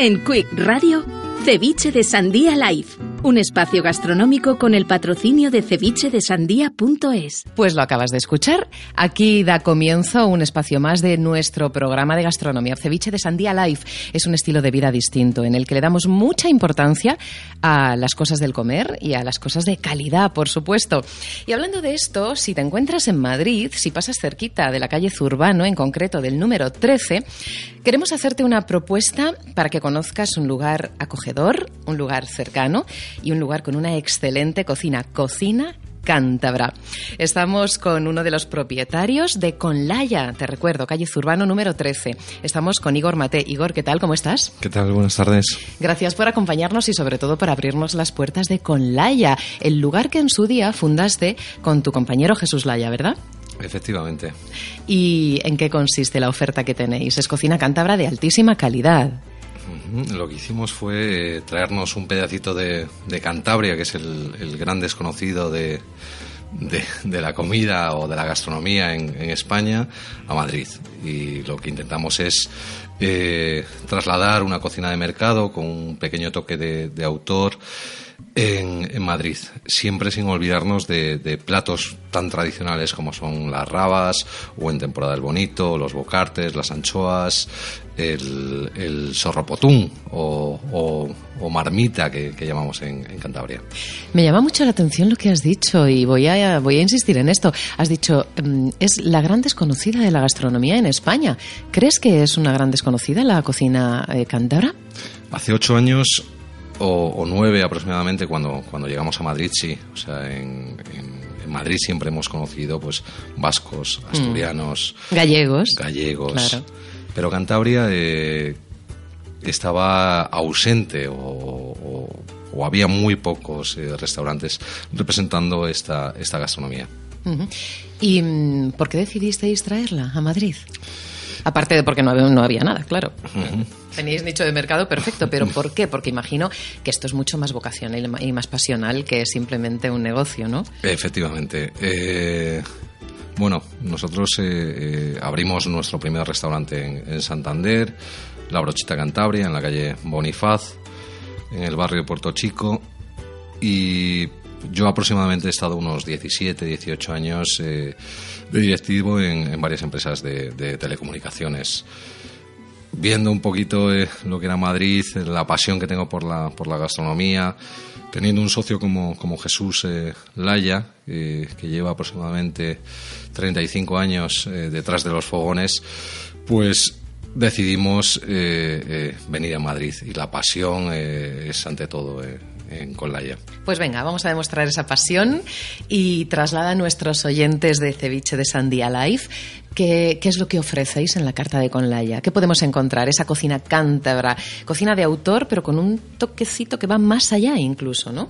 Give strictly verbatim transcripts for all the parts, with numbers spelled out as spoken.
En Quick Radio, Ceviche de Sandía Live, un espacio gastronómico con el patrocinio de ceviche de sandía punto es. Pues lo acabas de escuchar. Aquí da comienzo un espacio más de nuestro programa de gastronomía. Ceviche de Sandía Live es un estilo de vida distinto en el que le damos mucha importancia a las cosas del comer y a las cosas de calidad, por supuesto. Y hablando de esto, si te encuentras en Madrid, si pasas cerquita de la calle Zurbano, en concreto del número trece, queremos hacerte una propuesta para que conozcas un lugar acogedor, un lugar cercano y un lugar con una excelente cocina, Cocina Cántabra. Estamos con uno de los propietarios de Conlaya, te recuerdo, calle Zurbano número trece. Estamos con Igor Maté. Igor, ¿qué tal? ¿Cómo estás? ¿Qué tal? Buenas tardes. Gracias por acompañarnos y sobre todo por abrirnos las puertas de Conlaya, el lugar que en su día fundaste con tu compañero Jesús Laya, ¿verdad? Efectivamente. ¿Y en qué consiste la oferta que tenéis? Es cocina cántabra de altísima calidad. Lo que hicimos fue traernos un pedacito de, de Cantabria, que es el, el gran desconocido de, de, de la comida o de la gastronomía en, en España, a Madrid. Y lo que intentamos es eh, trasladar una cocina de mercado con un pequeño toque de, de autor en, en Madrid, siempre sin olvidarnos de, de platos tan tradicionales como son las rabas, o en temporada el bonito, los bocartes, las anchoas, el, el sorropotún o, o, o marmita que, que llamamos en, en Cantabria. Me llama mucho la atención lo que has dicho y voy a, voy a insistir en esto. Has dicho, es la gran desconocida de la gastronomía en España. ¿Crees que es una gran desconocida la cocina eh, cántabra? Hace ocho años o, o nueve aproximadamente cuando, cuando llegamos a Madrid, sí. O sea, en, en En Madrid siempre hemos conocido pues vascos, asturianos, mm. gallegos, gallegos, claro. Pero Cantabria eh, estaba ausente o, o, o había muy pocos eh, restaurantes representando esta, esta gastronomía. Uh-huh. ¿Y por qué decidisteis traerla a Madrid? Aparte de porque no había, no había nada, claro. Uh-huh. Teníais nicho de mercado perfecto, pero ¿por qué? Porque imagino que esto es mucho más vocacional y más pasional que simplemente un negocio, ¿no? Efectivamente. Eh, bueno, nosotros eh, eh, abrimos nuestro primer restaurante en, en Santander, La Brochita Cantabria, en la calle Bonifaz, en el barrio de Puerto Chico, y yo aproximadamente he estado unos diecisiete, dieciocho años eh, de directivo en, en varias empresas de, de telecomunicaciones. Viendo un poquito eh, lo que era Madrid, la pasión que tengo por la, por la gastronomía, teniendo un socio como, como Jesús eh, Laya, eh, que lleva aproximadamente treinta y cinco años eh, detrás de los fogones, pues decidimos eh, eh, venir a Madrid, y la pasión eh, es ante todo eh, en Conlaya. Pues venga, vamos a demostrar esa pasión y traslada a nuestros oyentes de Ceviche de Sandía Live ¿qué, qué es lo que ofrecéis en la carta de Conlaya. ¿Qué podemos encontrar? Esa cocina cántabra, cocina de autor, pero con un toquecito que va más allá incluso, ¿no?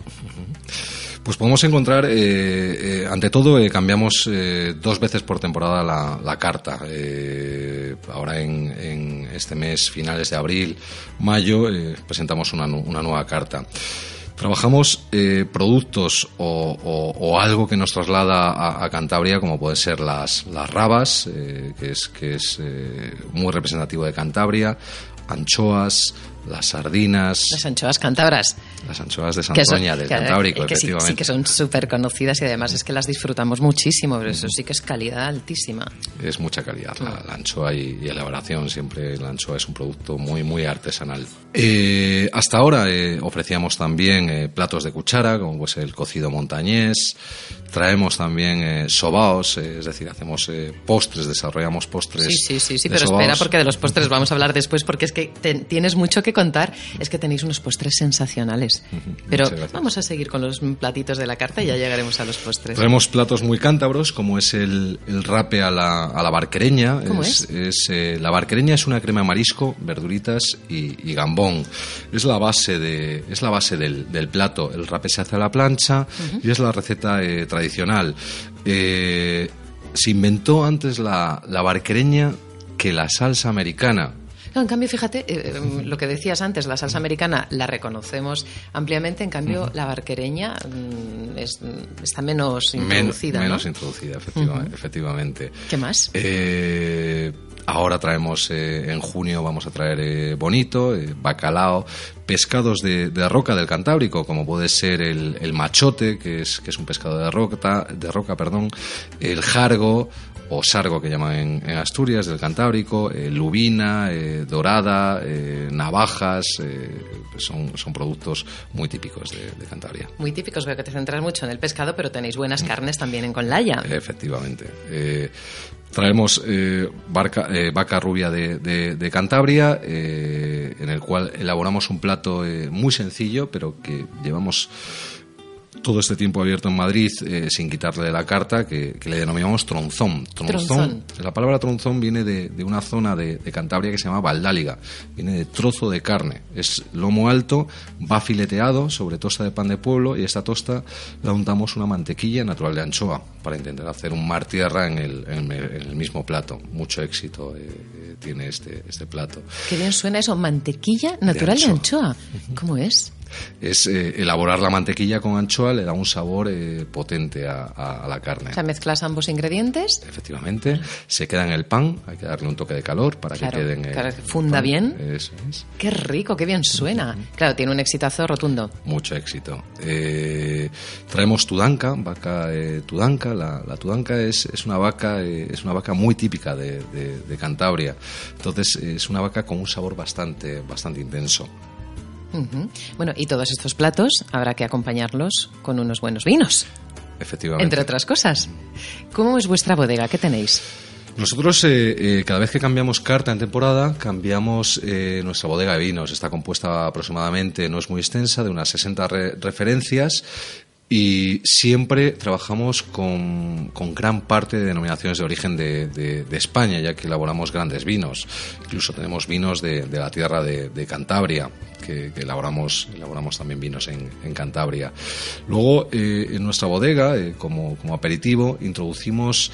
Pues podemos encontrar, eh, eh, ante todo, eh, cambiamos eh, dos veces por temporada la, la carta. Eh, ahora en, en este mes, finales de abril, mayo, eh, presentamos una, una nueva carta. Trabajamos eh, productos o, o, o algo que nos traslada a, a Cantabria, como pueden ser las, las rabas, eh, que es, que es eh, muy representativo de Cantabria, anchoas, las sardinas. Las anchoas cántabras. Las anchoas de Santoña, del Cantábrico, que efectivamente. Sí, sí, que son súper conocidas y además es que las disfrutamos muchísimo, pero eso sí que es calidad altísima. Es mucha calidad la, la anchoa y, y elaboración. Siempre la anchoa es un producto muy, muy artesanal. Eh, hasta ahora eh, ofrecíamos también eh, platos de cuchara, como pues el cocido montañés. Traemos también eh, sobaos, eh, es decir, hacemos eh, postres, desarrollamos postres. Sí, sí, sí, sí, de pero sobaos. Espera, porque de los postres vamos a hablar después, porque es que te, tienes mucho que contar. Es que tenéis unos postres sensacionales. Uh-huh. Pero vamos a seguir con los platitos de la carta y ya llegaremos a los postres. Traemos platos muy cántabros, como es el, el rape a la, a la barquereña. ¿Cómo es? es? es eh, la barquereña es una crema de marisco, verduritas y, y gambón. Es la base, de, es la base del, del plato. El rape se hace a la plancha uh-huh. y es la receta eh, tradicional. Eh, se inventó antes la, la barquereña que la salsa americana. No, en cambio, fíjate, eh, lo que decías antes, la salsa americana la reconocemos ampliamente, en cambio, uh-huh. la barquereña mm, es, está menos introducida. Men- menos ¿no? introducida, efectiva- uh-huh. efectivamente. ¿Qué más? Eh, ahora traemos, eh, en junio vamos a traer eh, bonito, eh, bacalao, pescados de, de roca del Cantábrico, como puede ser el, el machote, que es, que es un pescado de roca, de roca, perdón, el jargo, o sargo que llaman en, en Asturias, del Cantábrico, eh, lubina, eh, dorada, eh, navajas, eh, son, son productos muy típicos de, de Cantabria. Muy típicos, veo que te centras mucho en el pescado, pero tenéis buenas carnes también en Conlaya. Efectivamente. Eh, traemos eh, barca, eh, vaca rubia de, de, de Cantabria, eh, en el cual elaboramos un plato eh, muy sencillo, pero que llevamos todo este tiempo abierto en Madrid eh, sin quitarle la carta, que, que le denominamos tronzón. Tronzón. Tronzón. La palabra tronzón viene de, de una zona de, de Cantabria que se llama Valdáliga, viene de trozo de carne, es lomo alto, va fileteado sobre tosta de pan de pueblo, y esta tosta la untamos una mantequilla natural de anchoa para intentar hacer un mar tierra en el, en el, en el mismo plato. Mucho éxito eh, eh, tiene este, este plato. Qué bien suena eso, mantequilla natural de anchoa. De anchoa. ¿Cómo es? Es eh, elaborar la mantequilla con anchoa, le da un sabor eh, potente a, a, a la carne. O sea, mezclas ambos ingredientes. Efectivamente, se queda en el pan, hay que darle un toque de calor para claro, que quede en el claro, funda pan. bien. Eso es. Qué rico, qué bien suena. Uh-huh. Claro, tiene un exitazo rotundo. Mucho éxito. Eh, traemos tudanca, vaca eh, tudanca. La, la tudanca es, es una vaca eh, es una vaca muy típica de, de, de Cantabria. Entonces es una vaca con un sabor bastante bastante intenso. Uh-huh. Bueno, y todos estos platos habrá que acompañarlos con unos buenos vinos. Efectivamente. Entre otras cosas. ¿Cómo es vuestra bodega? ¿Qué tenéis? Nosotros eh, eh, cada vez que cambiamos carta en temporada, cambiamos eh, nuestra bodega de vinos. Está compuesta aproximadamente, no es muy extensa, de unas sesenta re- referencias. Y siempre trabajamos con, con gran parte de denominaciones de origen de, de, de España, ya que elaboramos grandes vinos. Incluso tenemos vinos de, de la tierra de, de Cantabria, que, que elaboramos, elaboramos también vinos en, en Cantabria. Luego, eh, en nuestra bodega, eh, como, como aperitivo, introducimos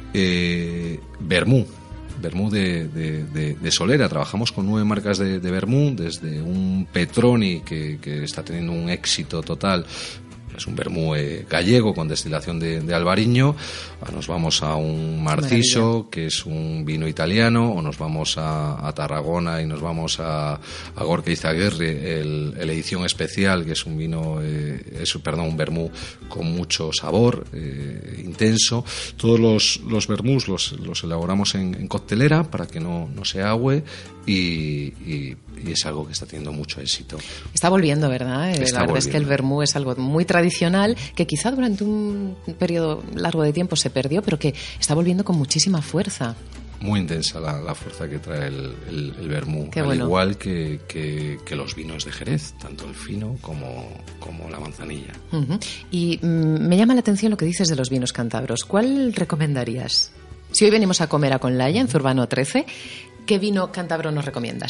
eh, vermú. Vermú de, de, de, de Solera. Trabajamos con nueve marcas de, de vermú, desde un Petroni que, que está teniendo un éxito total. Es un vermú eh, gallego con destilación de, de albariño. Nos vamos a un Marciso, que es un vino italiano, o nos vamos a, a Tarragona y nos vamos a, a Gorka Izaguirre, el, el edición especial, que es un vino, eh, es, perdón, un vermú con mucho sabor, eh, intenso. Todos los, los vermús los, los elaboramos en, en coctelera para que no, no se agüe, y, y, y es algo que está teniendo mucho éxito. Está volviendo, ¿verdad? Eh, está la verdad volviendo. Es que el vermú es algo muy tradicional, que quizá durante un periodo largo de tiempo se perdió, pero que está volviendo con muchísima fuerza. Muy intensa la, la fuerza que trae el, el, el vermú, Qué al bueno. igual que, que, que los vinos de Jerez, tanto el fino como, como la manzanilla. Uh-huh. Y mm, me llama la atención lo que dices de los vinos cántabros. ¿Cuál recomendarías? Si hoy venimos a comer a Conlaya, en Zurbano trece, ¿qué vino cántabro nos recomiendas?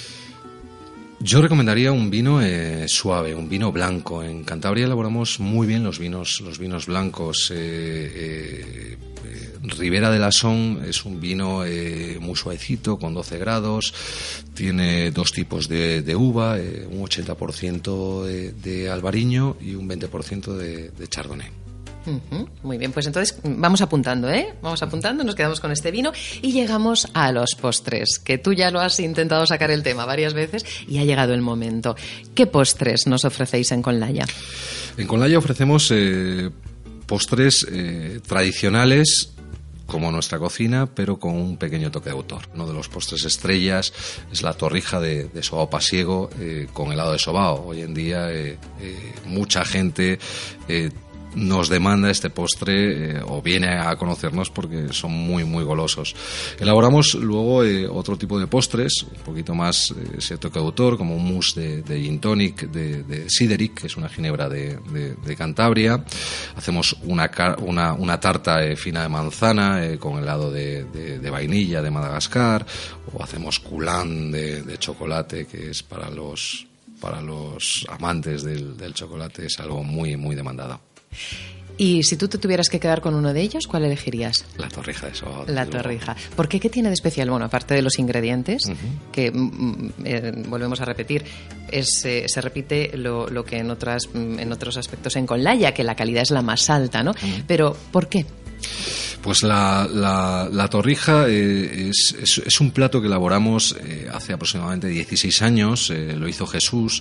Yo recomendaría un vino eh, suave, un vino blanco. En Cantabria elaboramos muy bien los vinos, los vinos blancos. Eh, eh, eh, Ribera de la Son es un vino eh, muy suavecito, con doce grados. Tiene dos tipos de, de uva, eh, un ochenta por ciento de, de albariño y un veinte por ciento de, de chardonnay. Uh-huh. Muy bien, pues entonces vamos apuntando, ¿eh? Vamos apuntando, nos quedamos con este vino y llegamos a los postres, que tú ya lo has intentado sacar el tema varias veces y ha llegado el momento. ¿Qué postres nos ofrecéis en Conlaya? En Conlaya ofrecemos eh, postres eh, tradicionales, como nuestra cocina, pero con un pequeño toque de autor. Uno de los postres estrellas es la torrija de, de sobao pasiego eh, con helado de sobao. Hoy en día eh, eh, mucha gente eh, nos demanda este postre eh, o viene a conocernos porque son muy muy golosos. Elaboramos luego eh, otro tipo de postres, un poquito más eh, ese toque de autor, como un mousse de, de gin tonic, de, de Sideric, que es una ginebra de, de, de Cantabria. Hacemos una, una, una tarta eh, fina de manzana eh, con helado de, de, de vainilla de Madagascar, o hacemos coulant de, de chocolate, que es para los, para los amantes del, del chocolate, es algo muy muy demandado. Y si tú te tuvieras que quedar con uno de ellos, ¿cuál elegirías? La torrija de sobao. La torrija. ¿Por qué? ¿Qué tiene de especial? Bueno, aparte de los ingredientes, uh-huh. que mm, eh, volvemos a repetir, es, eh, se repite lo, lo que en, otras, en otros aspectos en Conlaya, que la calidad es la más alta, ¿no? Uh-huh. Pero, ¿por qué? Pues la, la, la torrija eh, es, es, es un plato que elaboramos eh, hace aproximadamente dieciséis años, eh, lo hizo Jesús.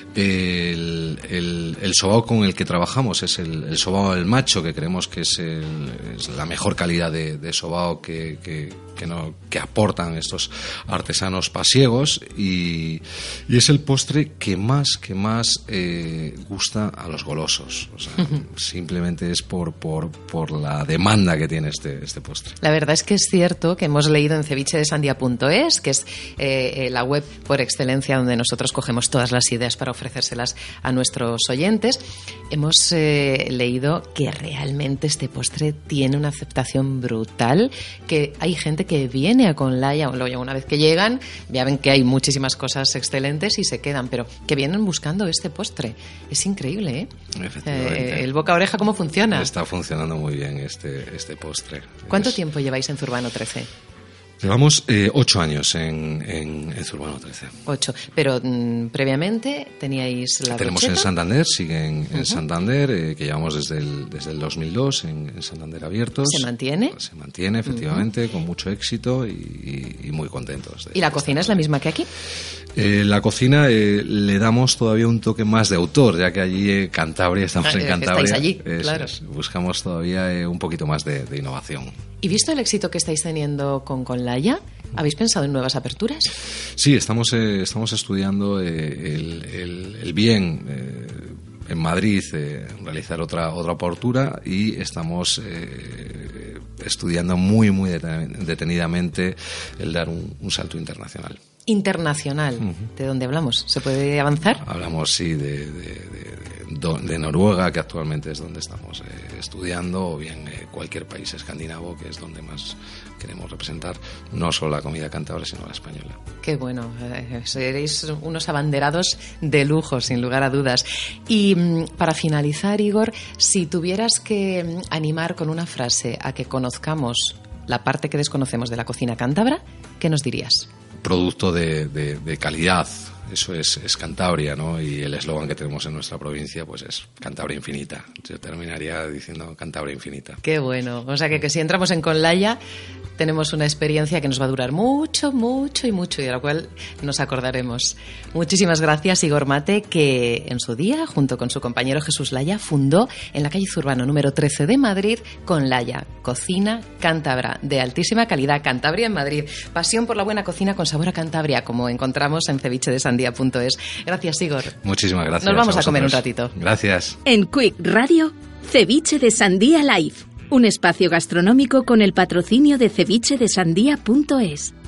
El, el, el sobao con el que trabajamos es el, el sobao del macho, que creemos que es, el, es la mejor calidad de, de sobao que, que, que, no, que aportan estos artesanos pasiegos, y, y es el postre que más, que más eh, gusta a los golosos. O sea, simplemente es por, por, por la demanda que tiene este, este postre. La verdad es que es cierto que hemos leído en ceviche de sandia punto es, que es eh, la web por excelencia donde nosotros cogemos todas las ideas para ofrecérselas a nuestros oyentes. Hemos eh, leído que realmente este postre tiene una aceptación brutal, que hay gente que viene a Conlaya, o una vez que llegan, ya ven que hay muchísimas cosas excelentes y se quedan, pero que vienen buscando este postre. Es increíble, ¿eh? Efectivamente. Eh, el boca a oreja, ¿cómo funciona? Está funcionando muy bien este, este postre. ¿Cuánto es... tiempo lleváis en Zurbano trece? Llevamos eh, ocho años en, en, en Zurbano trece. Ocho. Pero mmm, previamente teníais la Tenemos brocheta. En Santander, sigue en, en Uh-huh. Santander, eh, que llevamos desde el, desde el dos mil dos en, en Santander abiertos. ¿Se mantiene? Se mantiene, efectivamente, uh-huh. con mucho éxito y, y, y muy contentos. ¿Y la cocina es la misma que aquí? Eh, la cocina eh, le damos todavía un toque más de autor, ya que allí en Cantabria, estamos ah, en Cantabria. Estáis allí, es, claro. Es, buscamos todavía eh, un poquito más de, de innovación. ¿Y visto el éxito que estáis teniendo con Conlaya, habéis pensado en nuevas aperturas? Sí, estamos, eh, estamos estudiando eh, el, el, el bien eh, en Madrid, eh, realizar otra, otra apertura, y estamos eh, estudiando muy, muy detenidamente el dar un, un salto internacional. Internacional, uh-huh. ¿De dónde hablamos? ¿Se puede avanzar? Hablamos, sí, de, de, de, de Noruega, que actualmente es donde estamos eh, estudiando, o bien eh, cualquier país escandinavo, que es donde más queremos representar no solo la comida cántabra, sino la española. Qué bueno, eh, seréis unos abanderados de lujo, sin lugar a dudas. Y para finalizar, Igor, si tuvieras que animar con una frase a que conozcamos la parte que desconocemos de la cocina cántabra, ¿qué nos dirías? Producto de, de, de calidad, eso es, es Cantabria, ¿no? Y el eslogan que tenemos en nuestra provincia pues es Cantabria infinita. Yo terminaría diciendo Cantabria infinita. Qué bueno, o sea que, que si entramos en Conlaya tenemos una experiencia que nos va a durar mucho, mucho y mucho, y de la cual nos acordaremos. Muchísimas gracias, Igor Mate, que en su día, junto con su compañero Jesús Laya, fundó en la calle Zurbano número trece de Madrid Conlaya, cocina cántabra de altísima calidad. Cantabria en Madrid, pasión por la buena cocina con sabor a Cantabria, como encontramos en ceviche de sandia punto es. Gracias, Igor. Muchísimas gracias. Nos vamos a, a comer un ratito. Gracias. En Quick Radio, Ceviche de Sandía Live, un espacio gastronómico con el patrocinio de ceviche de sandía punto es.